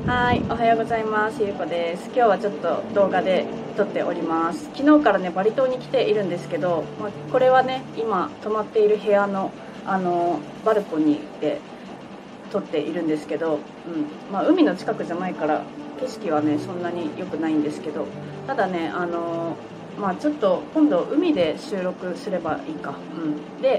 はい、おはようございます。ゆうこです。今日はちょっと動画で撮っております。昨日からね、バリ島に来ているんですけど、これはね、今泊まっている部屋のバルコニーで撮っているんですけど、海の近くじゃないから景色はねそんなに良くないんですけど、ただねちょっと今度海で収録すればいいか、で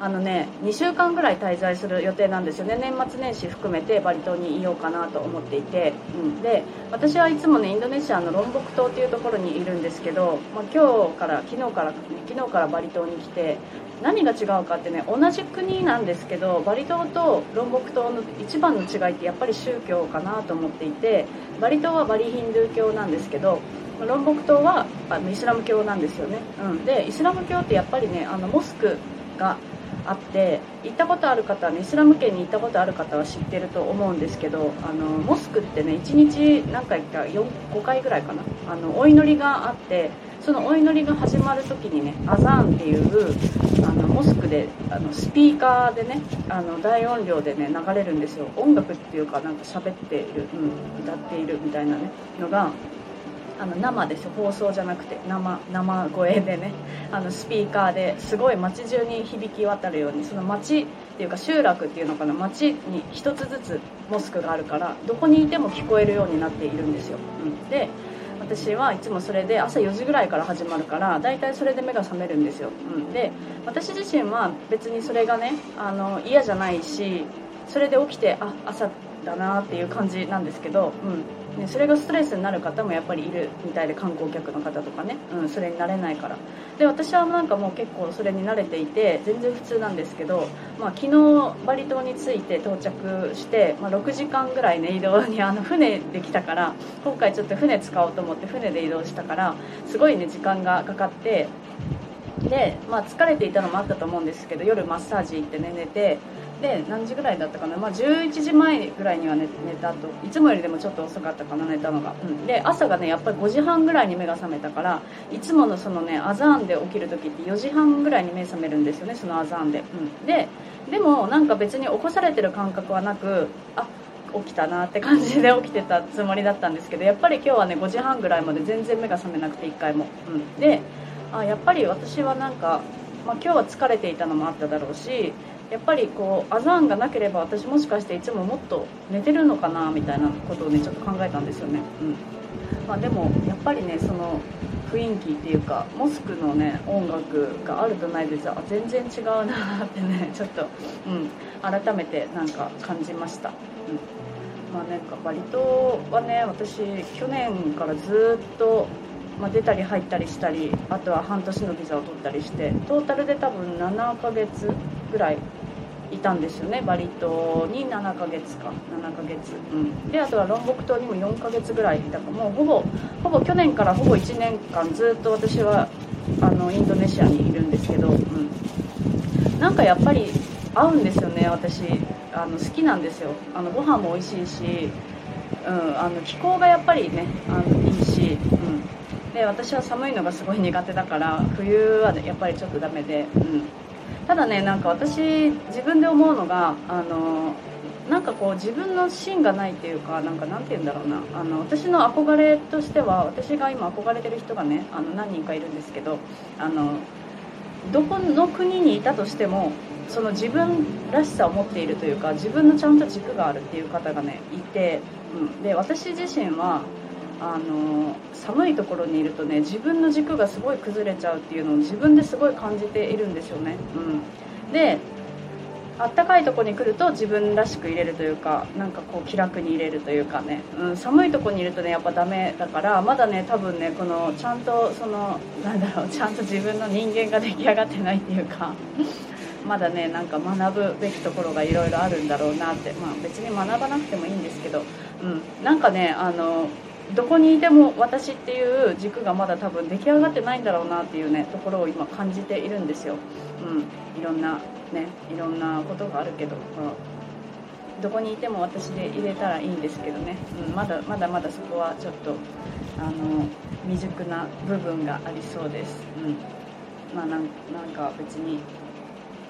2週間ぐらい滞在する予定なんですよね。年末年始含めてバリ島にいようかなと思っていて、で私はいつもねインドネシアのロンボク島っていうところにいるんですけど、昨日からバリ島に来て、何が違うかってね、同じ国なんですけどバリ島とロンボク島の一番の違いってやっぱり宗教かなと思っていて、バリ島はバリヒンドゥー教なんですけど、ロンボク島はイスラム教なんですよね。でイスラム教ってやっぱりねモスクがあって、行ったことある方はね、イスラム圏に行ったことある方は知ってると思うんですけど、モスクってね1日何回か5回ぐらいかな、お祈りがあって、そのお祈りが始まる時にねアザーンっていうモスクでスピーカーでね大音量でね流れるんですよ。音楽っていうかなんか喋っている、歌っているみたいなねのが生ですよ。放送じゃなくて生声でねスピーカーですごい街中に響き渡るように、その街っていうか集落っていうのかな、街に一つずつモスクがあるからどこにいても聞こえるようになっているんですよ。で私はいつもそれで朝4時ぐらいから始まるからだいたいそれで目が覚めるんですよ。で私自身は別にそれがね嫌じゃないし、それで起きて朝だなっていう感じなんですけど、それがストレスになる方もやっぱりいるみたいで、観光客の方とかね、それに慣れないから。で私はなんかもう結構それに慣れていて全然普通なんですけど、昨日バリ島に着いて到着して、6時間ぐらいね移動に船で来たから、今回ちょっと船使おうと思って船で移動したからすごいね時間がかかって、で、疲れていたのもあったと思うんですけど、夜マッサージ行ってね寝て、で何時ぐらいだったかな、11時前ぐらいには寝たと、いつもよりでもちょっと遅かったかな寝たのが、で朝がねやっぱり5時半ぐらいに目が覚めたから、いつものそのねアザーンで起きる時って4時半ぐらいに目覚めるんですよね、そのアザーンで、でもなんか別に起こされてる感覚はなく、起きたなって感じで起きてたつもりだったんですけど、やっぱり今日はね5時半ぐらいまで全然目が覚めなくて1回も、でやっぱり私はなんか、今日は疲れていたのもあっただろうし、やっぱりこうアザーンがなければ私もしかしていつももっと寝てるのかなみたいなことをねちょっと考えたんですよね。でもやっぱりねその雰囲気っていうかモスクのね音楽があるとないでじゃ全然違うなってねちょっと、改めてなんか感じました。なんかバリ島はね私去年からずっと出たり入ったりしたり、あとは半年のビザを取ったりして、トータルで多分7ヶ月ぐらいいたんですよね。バリ島に7ヶ月か7ヶ月、であとはロンボク島にも4ヶ月ぐらいいたか、もうほぼ去年からほぼ1年間ずっと私はインドネシアにいるんですけど、なんかやっぱり合うんですよね。私好きなんですよ。ご飯も美味しいし、気候がやっぱりねいいし、で私は寒いのがすごい苦手だから冬は、やっぱりちょっとダメで、ただねなんか私自分で思うのがなんかこう自分の芯がないっていうか、なんて言うんだろうな、私の憧れとしては、私が今憧れてる人がね何人かいるんですけど、どこの国にいたとしてもその自分らしさを持っているというか、自分のちゃんと軸があるっていう方がねいて、で私自身は寒いところにいるとね自分の軸がすごい崩れちゃうっていうのを自分ですごい感じているんですよね。であったかいところに来ると自分らしく入れるというか、なんかこう気楽に入れるというかね、寒いところにいるとねやっぱダメだから、まだね多分ねこのちゃんとそのちゃんと自分の人間が出来上がってないっていうかまだねなんか学ぶべきところがいろいろあるんだろうなって、別に学ばなくてもいいんですけど、なんかねどこにいても私っていう軸がまだ多分出来上がってないんだろうなっていうねところを今感じているんですよ。いろんなことがあるけど、どこにいても私で入れたらいいんですけどね、まだまだそこはちょっと未熟な部分がありそうです。なんか別に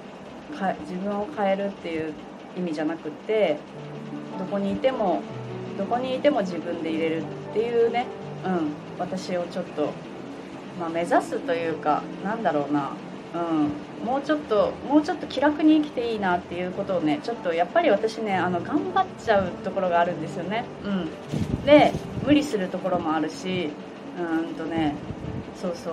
自分を変えるっていう意味じゃなくて、どこにいてもどこにいても自分でいれるっていうね、私をちょっと、目指すというか、なんだろうな、もうちょっと気楽に生きていいなっていうことをね、ちょっとやっぱり私ね、頑張っちゃうところがあるんですよね。で無理するところもあるし、そうそう、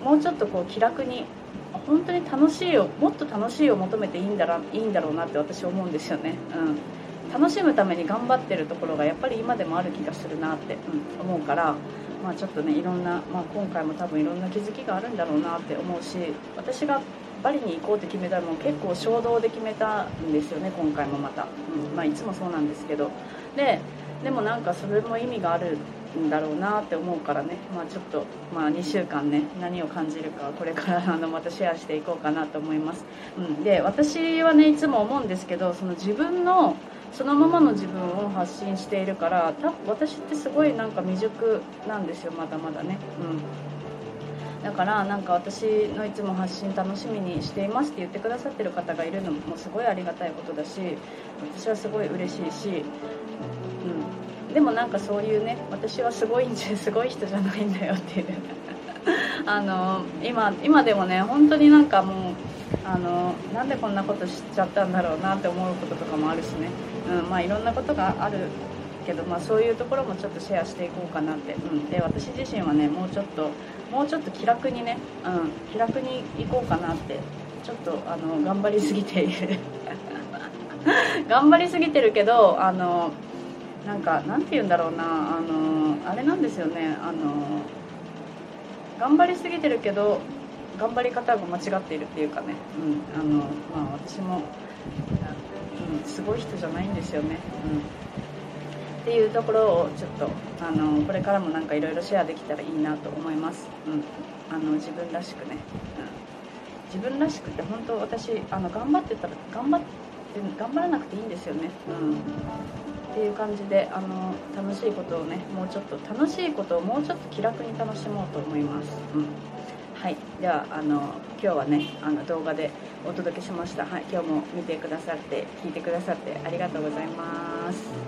もうちょっとこう気楽に、本当にもっと楽しいを求めていいんだろうなって私思うんですよね。楽しむために頑張ってるところがやっぱり今でもある気がするなって、思うから、ちょっとね、いろんな、今回も多分いろんな気づきがあるんだろうなって思うし、私がバリに行こうって決めたのも結構衝動で決めたんですよね、今回もまた。いつもそうなんですけど、でもなんかそれも意味があるんだろうなって思うからね、ちょっと、2週間ね、何を感じるかこれからまたシェアしていこうかなと思います。で、私はね、いつも思うんですけど、その自分のそのままの自分を発信しているから、私ってすごいなんか未熟なんですよ、まだまだね。だからなんか私のいつも発信楽しみにしていますって言ってくださってる方がいるのもすごいありがたいことだし、私はすごい嬉しいし、でもなんかそういうね、私はすごい人じゃないんだよっていう今でもね、本当になんかもうなんでこんなことしちゃったんだろうなって思うこととかもあるしね、いろんなことがあるけど、そういうところもちょっとシェアしていこうかなって、で私自身はね、もうちょっと気楽にね、気楽にいこうかなって、ちょっと頑張りすぎている頑張りすぎてるけど、なんて言うんだろうな、あれなんですよね、頑張りすぎてるけど頑張り方が間違っているっていうかね、私も、すごい人じゃないんですよね、っていうところをちょっとこれからもなんかいろいろシェアできたらいいなと思います。自分らしくね、自分らしくて、本当私頑張ってたら頑張らなくていいんですよね、っていう感じで楽しいことをね、もうちょっと気楽に楽しもうと思います。はい、では今日はね動画でお届けしました。はい、今日も見てくださって聞いてくださってありがとうございます。